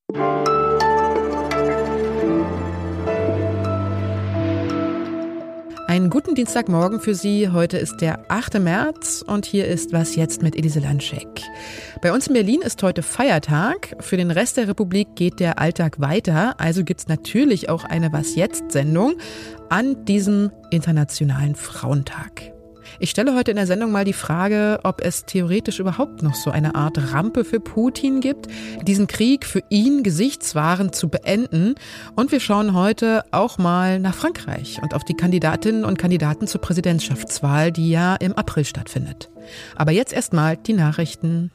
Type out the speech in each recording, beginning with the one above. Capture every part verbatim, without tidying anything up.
Einen guten Dienstagmorgen für Sie. Heute ist der achte März und hier ist Was jetzt mit Elise Landschek. Bei uns in Berlin ist heute Feiertag. Für den Rest der Republik geht der Alltag weiter. Also gibt es natürlich auch eine Was jetzt-Sendung an diesem Internationalen Frauentag. Ich stelle heute in der Sendung mal die Frage, ob es theoretisch überhaupt noch so eine Art Rampe für Putin gibt, diesen Krieg für ihn gesichtswahrend zu beenden. Und wir schauen heute auch mal nach Frankreich und auf die Kandidatinnen und Kandidaten zur Präsidentschaftswahl, die ja im April stattfindet. Aber jetzt erstmal die Nachrichten.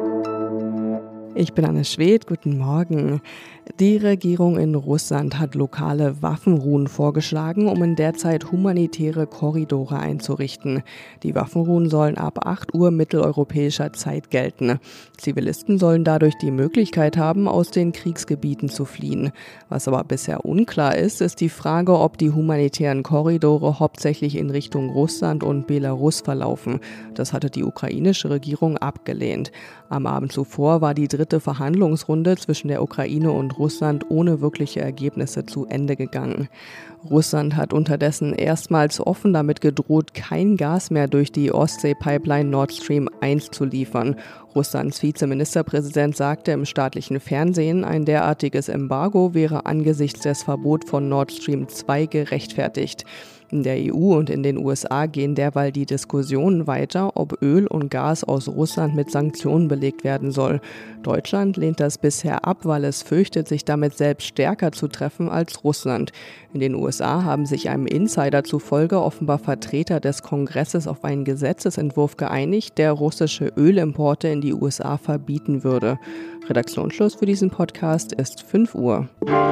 Ich bin Anne Schwedt, guten Morgen. Die Regierung in Russland hat lokale Waffenruhen vorgeschlagen, um in der Zeit humanitäre Korridore einzurichten. Die Waffenruhen sollen ab acht Uhr mitteleuropäischer Zeit gelten. Zivilisten sollen dadurch die Möglichkeit haben, aus den Kriegsgebieten zu fliehen. Was aber bisher unklar ist, ist die Frage, ob die humanitären Korridore hauptsächlich in Richtung Russland und Belarus verlaufen. Das hatte die ukrainische Regierung abgelehnt. Am Abend zuvor war die dritte Verhandlungsrunde zwischen der Ukraine und Russland ohne wirkliche Ergebnisse zu Ende gegangen. Russland hat unterdessen erstmals offen damit gedroht, kein Gas mehr durch die Ostsee-Pipeline Nord Stream eins zu liefern. Russlands Vizeministerpräsident sagte im staatlichen Fernsehen, ein derartiges Embargo wäre angesichts des Verbots von Nord Stream zwei gerechtfertigt. In der E U und in den U S A gehen derweil die Diskussionen weiter, ob Öl und Gas aus Russland mit Sanktionen belegt werden soll. Deutschland lehnt das bisher ab, weil es fürchtet, sich damit selbst stärker zu treffen als Russland. In den U S A haben sich einem Insider zufolge offenbar Vertreter des Kongresses auf einen Gesetzesentwurf geeinigt, der russische Ölimporte in die U S A verbieten würde. Redaktionsschluss für diesen Podcast ist fünf Uhr.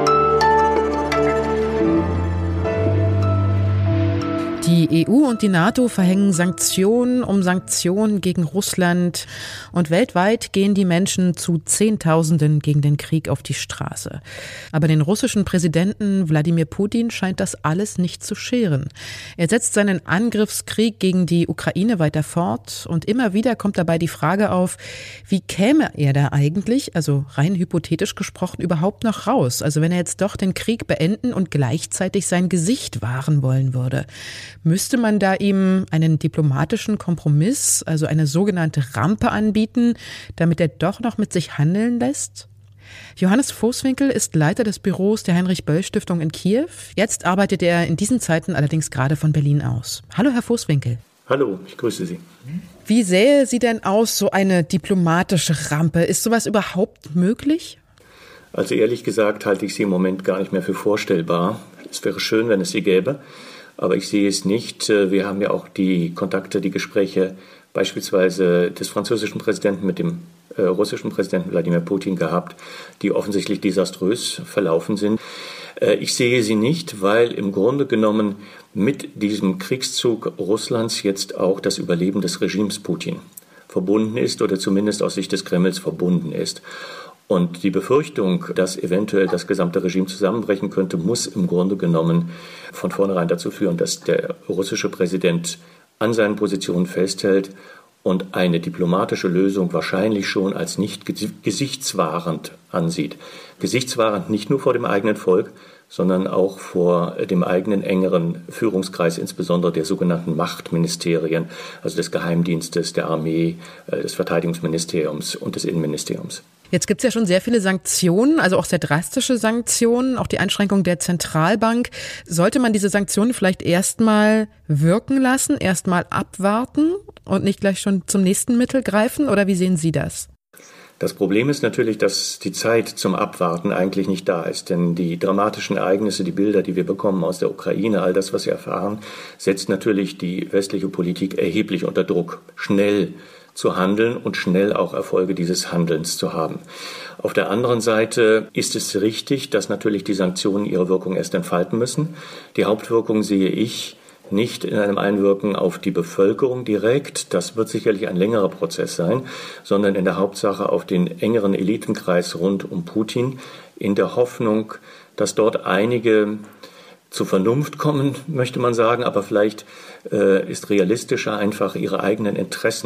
Die E U und die NATO verhängen Sanktionen um Sanktionen gegen Russland und weltweit gehen die Menschen zu Zehntausenden gegen den Krieg auf die Straße. Aber den russischen Präsidenten Wladimir Putin scheint das alles nicht zu scheren. Er setzt seinen Angriffskrieg gegen die Ukraine weiter fort und immer wieder kommt dabei die Frage auf, wie käme er da eigentlich, also rein hypothetisch gesprochen, überhaupt noch raus? Also wenn er jetzt doch den Krieg beenden und gleichzeitig sein Gesicht wahren wollen würde. Müsste man da ihm einen diplomatischen Kompromiss, also eine sogenannte Rampe anbieten, damit er doch noch mit sich handeln lässt? Johannes Voßwinkel ist Leiter des Büros der Heinrich-Böll-Stiftung in Kiew. Jetzt arbeitet er in diesen Zeiten allerdings gerade von Berlin aus. Hallo, Herr Voßwinkel. Hallo, ich grüße Sie. Wie sähe sie denn aus, so eine diplomatische Rampe? Ist sowas überhaupt möglich? Also ehrlich gesagt halte ich sie im Moment gar nicht mehr für vorstellbar. Es wäre schön, wenn es sie gäbe. Aber ich sehe es nicht. Wir haben ja auch die Kontakte, die Gespräche beispielsweise des französischen Präsidenten mit dem äh, russischen Präsidenten Wladimir Putin gehabt, die offensichtlich desaströs verlaufen sind. Äh, ich sehe sie nicht, weil im Grunde genommen mit diesem Kriegszug Russlands jetzt auch das Überleben des Regimes Putin verbunden ist oder zumindest aus Sicht des Kremls verbunden ist. Und die Befürchtung, dass eventuell das gesamte Regime zusammenbrechen könnte, muss im Grunde genommen von vornherein dazu führen, dass der russische Präsident an seinen Positionen festhält und eine diplomatische Lösung wahrscheinlich schon als nicht gesichtswahrend ansieht. Gesichtswahrend nicht nur vor dem eigenen Volk, sondern auch vor dem eigenen engeren Führungskreis, insbesondere der sogenannten Machtministerien, also des Geheimdienstes, der Armee, des Verteidigungsministeriums und des Innenministeriums. Jetzt gibt es ja schon sehr viele Sanktionen, also auch sehr drastische Sanktionen, auch die Einschränkung der Zentralbank. Sollte man diese Sanktionen vielleicht erstmal wirken lassen, erstmal abwarten und nicht gleich schon zum nächsten Mittel greifen? Oder wie sehen Sie das? Das Problem ist natürlich, dass die Zeit zum Abwarten eigentlich nicht da ist. Denn die dramatischen Ereignisse, die Bilder, die wir bekommen aus der Ukraine, all das, was wir erfahren, setzt natürlich die westliche Politik erheblich unter Druck, schnell zu handeln und schnell auch Erfolge dieses Handelns zu haben. Auf der anderen Seite ist es richtig, dass natürlich die Sanktionen ihre Wirkung erst entfalten müssen. Die Hauptwirkung sehe ich nicht in einem Einwirken auf die Bevölkerung direkt, das wird sicherlich ein längerer Prozess sein, sondern in der Hauptsache auf den engeren Elitenkreis rund um Putin, in der Hoffnung, dass dort einige zur Vernunft kommen, möchte man sagen, aber vielleicht äh, ist realistischer, einfach ihre eigenen Interessen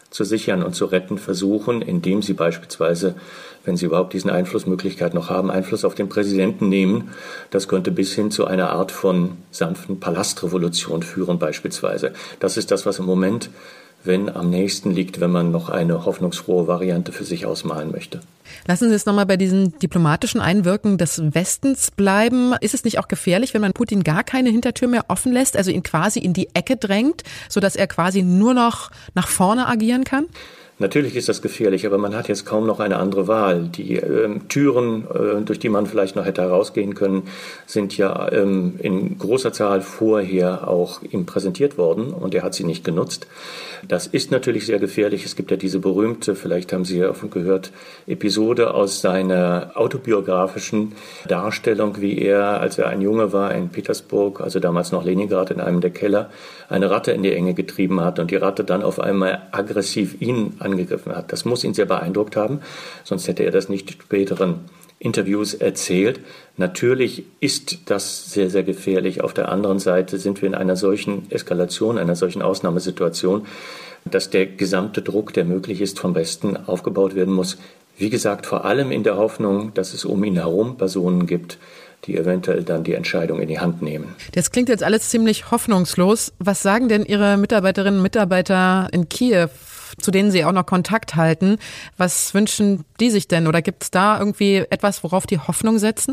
zu sichern und zu retten versuchen, indem sie beispielsweise, wenn sie überhaupt diesen Einflussmöglichkeit noch haben, Einfluss auf den Präsidenten nehmen. Das könnte bis hin zu einer Art von sanften Palastrevolution führen beispielsweise. Das ist das, was im Moment, wenn am nächsten liegt, wenn man noch eine hoffnungsfrohe Variante für sich ausmalen möchte. Lassen Sie es nochmal bei diesem diplomatischen Einwirken des Westens bleiben. Ist es nicht auch gefährlich, wenn man Putin gar keine Hintertür mehr offen lässt, also ihn quasi in die Ecke drängt, sodass er quasi nur noch nach vorne agieren kann? Natürlich ist das gefährlich, aber man hat jetzt kaum noch eine andere Wahl. Die ähm, Türen, äh, durch die man vielleicht noch hätte herausgehen können, sind ja ähm, in großer Zahl vorher auch ihm präsentiert worden und er hat sie nicht genutzt. Das ist natürlich sehr gefährlich. Es gibt ja diese berühmte, vielleicht haben Sie ja davon gehört, Episode aus seiner autobiografischen Darstellung, wie er, als er ein Junge war in Petersburg, also damals noch Leningrad, in einem der Keller, eine Ratte in die Enge getrieben hat und die Ratte dann auf einmal aggressiv ihn angegriffen hat. Das muss ihn sehr beeindruckt haben, sonst hätte er das nicht in späteren Interviews erzählt. Natürlich ist das sehr, sehr gefährlich. Auf der anderen Seite sind wir in einer solchen Eskalation, einer solchen Ausnahmesituation, dass der gesamte Druck, der möglich ist, vom Westen aufgebaut werden muss. Wie gesagt, vor allem in der Hoffnung, dass es um ihn herum Personen gibt, die eventuell dann die Entscheidung in die Hand nehmen. Das klingt jetzt alles ziemlich hoffnungslos. Was sagen denn Ihre Mitarbeiterinnen und Mitarbeiter in Kiew, zu denen Sie auch noch Kontakt halten? Was wünschen die sich denn? Oder gibt es da irgendwie etwas, worauf die Hoffnung setzen?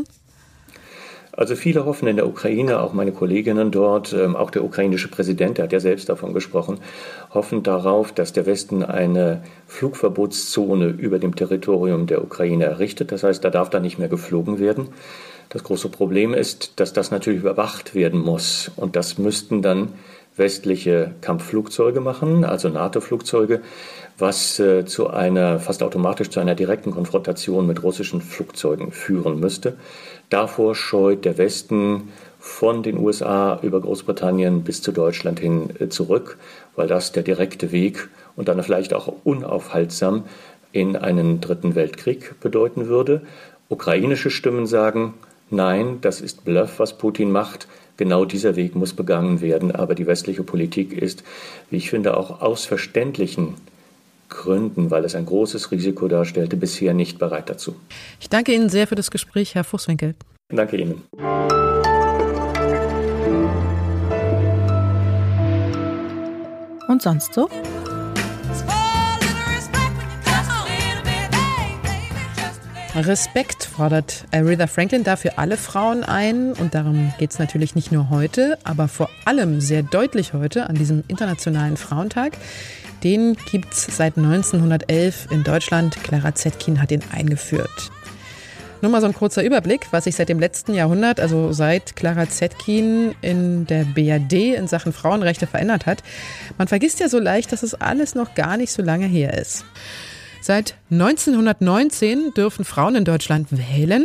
Also viele hoffen in der Ukraine, auch meine Kolleginnen dort, auch der ukrainische Präsident, der hat ja selbst davon gesprochen, hoffen darauf, dass der Westen eine Flugverbotszone über dem Territorium der Ukraine errichtet. Das heißt, da darf dann nicht mehr geflogen werden. Das große Problem ist, dass das natürlich überwacht werden muss. Und das müssten dann westliche Kampfflugzeuge machen, also NATO-Flugzeuge, was äh, zu einer, fast automatisch zu einer direkten Konfrontation mit russischen Flugzeugen führen müsste. Davor scheut der Westen von den U S A über Großbritannien bis zu Deutschland hin äh, zurück, weil das der direkte Weg und dann vielleicht auch unaufhaltsam in einen dritten Weltkrieg bedeuten würde. Ukrainische Stimmen sagen, nein, das ist Bluff, was Putin macht. Genau dieser Weg muss begangen werden. Aber die westliche Politik ist, wie ich finde, auch aus verständlichen Gründen, weil es ein großes Risiko darstellte, bisher nicht bereit dazu. Ich danke Ihnen sehr für das Gespräch, Herr Fuchswinkel. Danke Ihnen. Und sonst so? Respekt fordert Aretha Franklin dafür alle Frauen ein und darum geht es natürlich nicht nur heute, aber vor allem sehr deutlich heute an diesem Internationalen Frauentag. Den gibt es seit neunzehnhundertelf in Deutschland. Clara Zetkin hat ihn eingeführt. Nur mal so ein kurzer Überblick, was sich seit dem letzten Jahrhundert, also seit Clara Zetkin in der B R D in Sachen Frauenrechte verändert hat. Man vergisst ja so leicht, dass es alles noch gar nicht so lange her ist. Seit neunzehnhundertneunzehn dürfen Frauen in Deutschland wählen.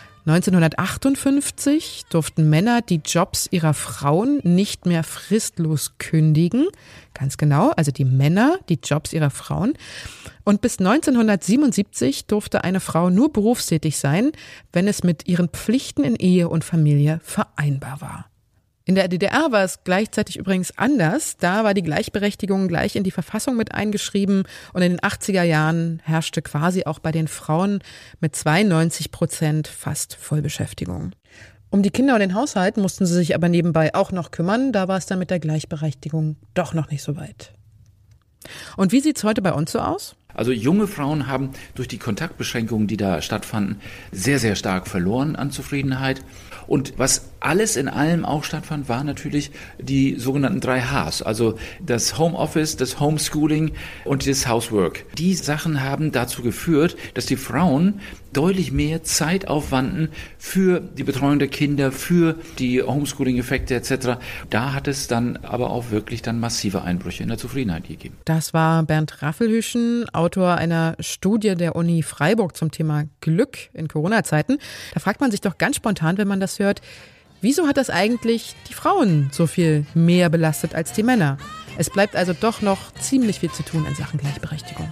neunzehnhundertachtundfünfzig durften Männer die Jobs ihrer Frauen nicht mehr fristlos kündigen. Ganz genau, also die Männer die Jobs ihrer Frauen. Und bis neunzehnhundertsiebenundsiebzig durfte eine Frau nur berufstätig sein, wenn es mit ihren Pflichten in Ehe und Familie vereinbar war. In der D D R war es gleichzeitig übrigens anders. Da war die Gleichberechtigung gleich in die Verfassung mit eingeschrieben und in den achtziger Jahren herrschte quasi auch bei den Frauen mit zweiundneunzig Prozent fast Vollbeschäftigung. Um die Kinder und den Haushalt mussten sie sich aber nebenbei auch noch kümmern. Da war es dann mit der Gleichberechtigung doch noch nicht so weit. Und wie sieht's heute bei uns so aus? Also junge Frauen haben durch die Kontaktbeschränkungen, die da stattfanden, sehr, sehr stark verloren an Zufriedenheit. Und was alles in allem auch stattfand, war natürlich die sogenannten drei Hs, also das Homeoffice, das Homeschooling und das Housework. Die Sachen haben dazu geführt, dass die Frauen deutlich mehr Zeit aufwanden für die Betreuung der Kinder, für die Homeschooling-Effekte et cetera. Da hat es dann aber auch wirklich dann massive Einbrüche in der Zufriedenheit gegeben. Das war Bernd Raffelhüschen, Autor einer Studie der Uni Freiburg zum Thema Glück in Corona-Zeiten. Da fragt man sich doch ganz spontan, wenn man das hört, wieso hat das eigentlich die Frauen so viel mehr belastet als die Männer? Es bleibt also doch noch ziemlich viel zu tun in Sachen Gleichberechtigung.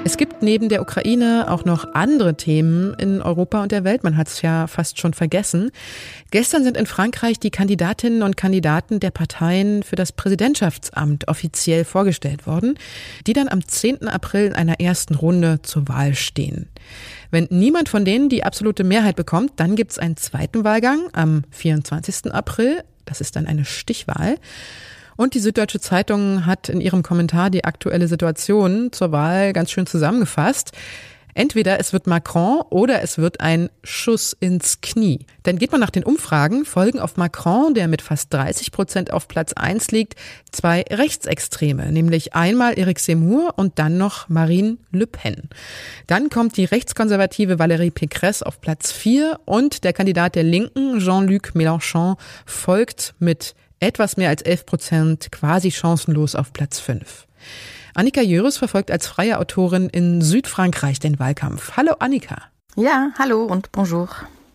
Es gibt neben der Ukraine auch noch andere Themen in Europa und der Welt. Man hat es ja fast schon vergessen. Gestern sind in Frankreich die Kandidatinnen und Kandidaten der Parteien für das Präsidentschaftsamt offiziell vorgestellt worden, die dann am zehnten April in einer ersten Runde zur Wahl stehen. Wenn niemand von denen die absolute Mehrheit bekommt, dann gibt es einen zweiten Wahlgang am vierundzwanzigsten April. Das ist dann eine Stichwahl. Und die Süddeutsche Zeitung hat in ihrem Kommentar die aktuelle Situation zur Wahl ganz schön zusammengefasst. Entweder es wird Macron oder es wird ein Schuss ins Knie. Denn geht man nach den Umfragen, folgen auf Macron, der mit fast dreißig Prozent auf Platz eins liegt, zwei Rechtsextreme, nämlich einmal Éric Zemmour und dann noch Marine Le Pen. Dann kommt die rechtskonservative Valérie Pécresse auf Platz vier und der Kandidat der Linken, Jean-Luc Mélenchon, folgt mit etwas mehr als elf Prozent quasi chancenlos auf Platz fünf. Annika Jöris verfolgt als freie Autorin in Südfrankreich den Wahlkampf. Hallo Annika. Ja, hallo und bonjour.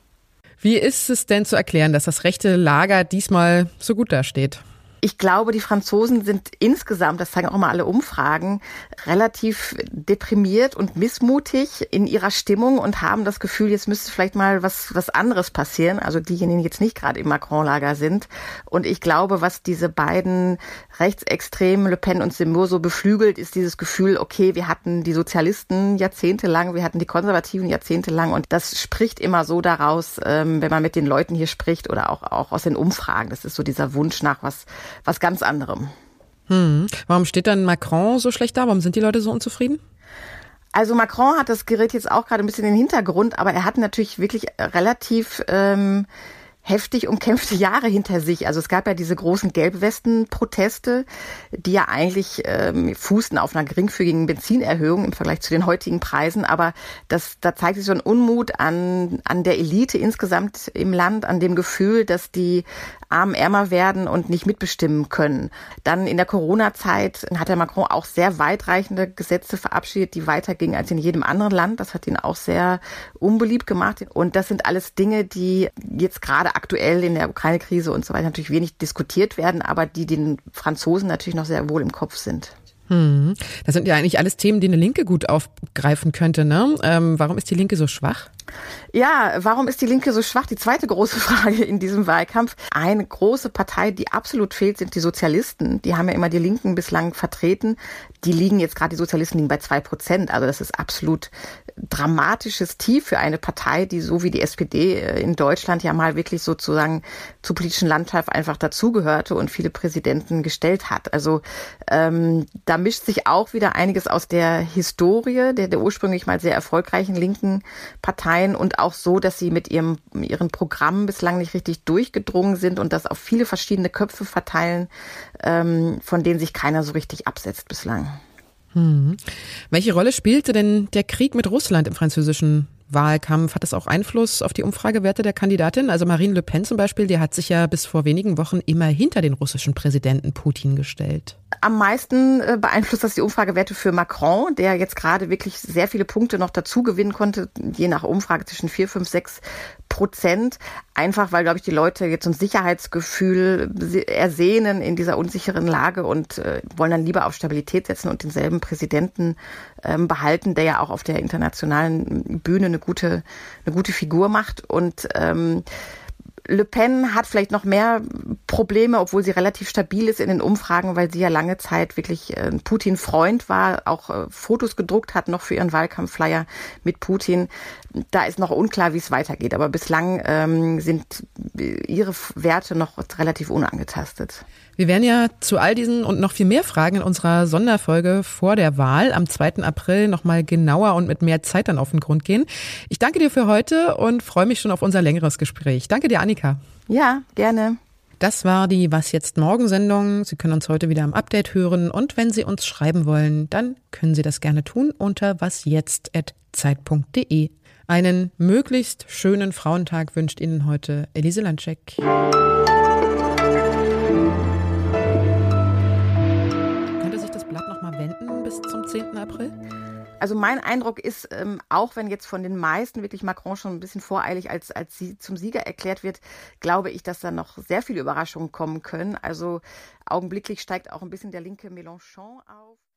Wie ist es denn zu erklären, dass das rechte Lager diesmal so gut dasteht? Ich glaube, die Franzosen sind insgesamt, das zeigen auch mal alle Umfragen, relativ deprimiert und missmutig in ihrer Stimmung und haben das Gefühl, jetzt müsste vielleicht mal was, was anderes passieren. Also diejenigen, die jetzt nicht gerade im Macron-Lager sind. Und ich glaube, was diese beiden Rechtsextremen, Le Pen und Zemmour, so beflügelt, ist dieses Gefühl, okay, wir hatten die Sozialisten jahrzehntelang, wir hatten die Konservativen jahrzehntelang. Und das spricht immer so daraus, wenn man mit den Leuten hier spricht oder auch, auch aus den Umfragen. Das ist so dieser Wunsch nach was was ganz anderem. Hm. Warum steht dann Macron so schlecht da? Warum sind die Leute so unzufrieden? Also Macron hat das gerät jetzt auch gerade ein bisschen in den Hintergrund, aber er hat natürlich wirklich relativ ähm, heftig umkämpfte Jahre hinter sich. Also es gab ja diese großen Gelbwesten-Proteste, die ja eigentlich ähm, fußten auf einer geringfügigen Benzinerhöhung im Vergleich zu den heutigen Preisen. Aber das, da zeigt sich so ein Unmut an, an der Elite insgesamt im Land, an dem Gefühl, dass die Armen ärmer werden und nicht mitbestimmen können. Dann in der Corona-Zeit hat der Macron auch sehr weitreichende Gesetze verabschiedet, die weitergingen als in jedem anderen Land. Das hat ihn auch sehr unbeliebt gemacht. Und das sind alles Dinge, die jetzt gerade aktuell in der Ukraine-Krise und so weiter natürlich wenig diskutiert werden, aber die den Franzosen natürlich noch sehr wohl im Kopf sind. Hm. Das sind ja eigentlich alles Themen, die eine Linke gut aufgreifen könnte, ne? Ähm, warum ist die Linke so schwach? Ja, warum ist die Linke so schwach? Die zweite große Frage in diesem Wahlkampf. Eine große Partei, die absolut fehlt, sind die Sozialisten. Die haben ja immer die Linken bislang vertreten. Die liegen jetzt gerade, die Sozialisten liegen bei zwei Prozent. Also das ist absolut dramatisches Tief für eine Partei, die so wie die S P D in Deutschland ja mal wirklich sozusagen zur politischen Landschaft einfach dazugehörte und viele Präsidenten gestellt hat. Also ähm, da mischt sich auch wieder einiges aus der Historie der, der ursprünglich mal sehr erfolgreichen linken Parteien und auch so, dass sie mit ihrem, ihren Programmen bislang nicht richtig durchgedrungen sind und das auf viele verschiedene Köpfe verteilen, ähm, von denen sich keiner so richtig absetzt bislang. Hm. Welche Rolle spielte denn der Krieg mit Russland im französischen Wahlkampf? Hat das auch Einfluss auf die Umfragewerte der Kandidatin? Also Marine Le Pen zum Beispiel, die hat sich ja bis vor wenigen Wochen immer hinter den russischen Präsidenten Putin gestellt. Am meisten beeinflusst das die Umfragewerte für Macron, der jetzt gerade wirklich sehr viele Punkte noch dazu gewinnen konnte, je nach Umfrage zwischen vier, fünf, sechs Prozent. Einfach, weil, glaube ich, die Leute jetzt so ein Sicherheitsgefühl ersehnen in dieser unsicheren Lage und äh, wollen dann lieber auf Stabilität setzen und denselben Präsidenten ähm, behalten, der ja auch auf der internationalen Bühne eine gute, eine gute Figur macht. Und ähm, Le Pen hat vielleicht noch mehr Probleme, obwohl sie relativ stabil ist in den Umfragen, weil sie ja lange Zeit wirklich ein Putin-Freund war, auch Fotos gedruckt hat noch für ihren Wahlkampfflyer mit Putin. Da ist noch unklar, wie es weitergeht, aber bislang ähm, sind ihre Werte noch relativ unangetastet. Wir werden ja zu all diesen und noch viel mehr Fragen in unserer Sonderfolge vor der Wahl am zweiten April nochmal genauer und mit mehr Zeit dann auf den Grund gehen. Ich danke dir für heute und freue mich schon auf unser längeres Gespräch. Danke dir, Annika. Ja, gerne. Das war die Was jetzt morgen Sendung. Sie können uns heute wieder am Update hören und wenn Sie uns schreiben wollen, dann können Sie das gerne tun unter wasjetzt at zeit punkt de. Einen möglichst schönen Frauentag wünscht Ihnen heute Elise Landschek. Bis zum zehnten April? Also mein Eindruck ist, ähm, auch wenn jetzt von den meisten wirklich Macron schon ein bisschen voreilig als, als sie zum Sieger erklärt wird, glaube ich, dass da noch sehr viele Überraschungen kommen können. Also augenblicklich steigt auch ein bisschen der linke Mélenchon auf.